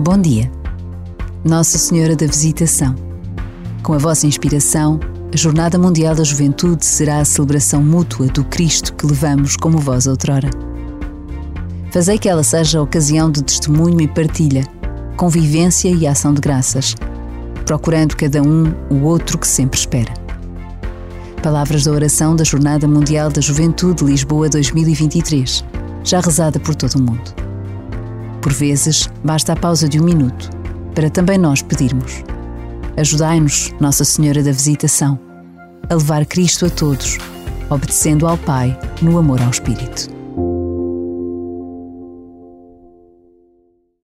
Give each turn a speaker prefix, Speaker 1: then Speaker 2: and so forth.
Speaker 1: Bom dia. Nossa Senhora da Visitação. Com a vossa inspiração, a Jornada Mundial da Juventude será a celebração mútua do Cristo que levamos como vós outrora. Fazei que ela seja ocasião de testemunho e partilha, convivência e ação de graças, procurando cada um o outro que sempre espera. Palavras da oração da Jornada Mundial da Juventude Lisboa 2023, já rezada por todo o mundo. Por vezes, basta a pausa de 1 minuto, para também nós pedirmos. Ajudai-nos, Nossa Senhora da Visitação, a levar Cristo a todos, obedecendo ao Pai no amor ao Espírito.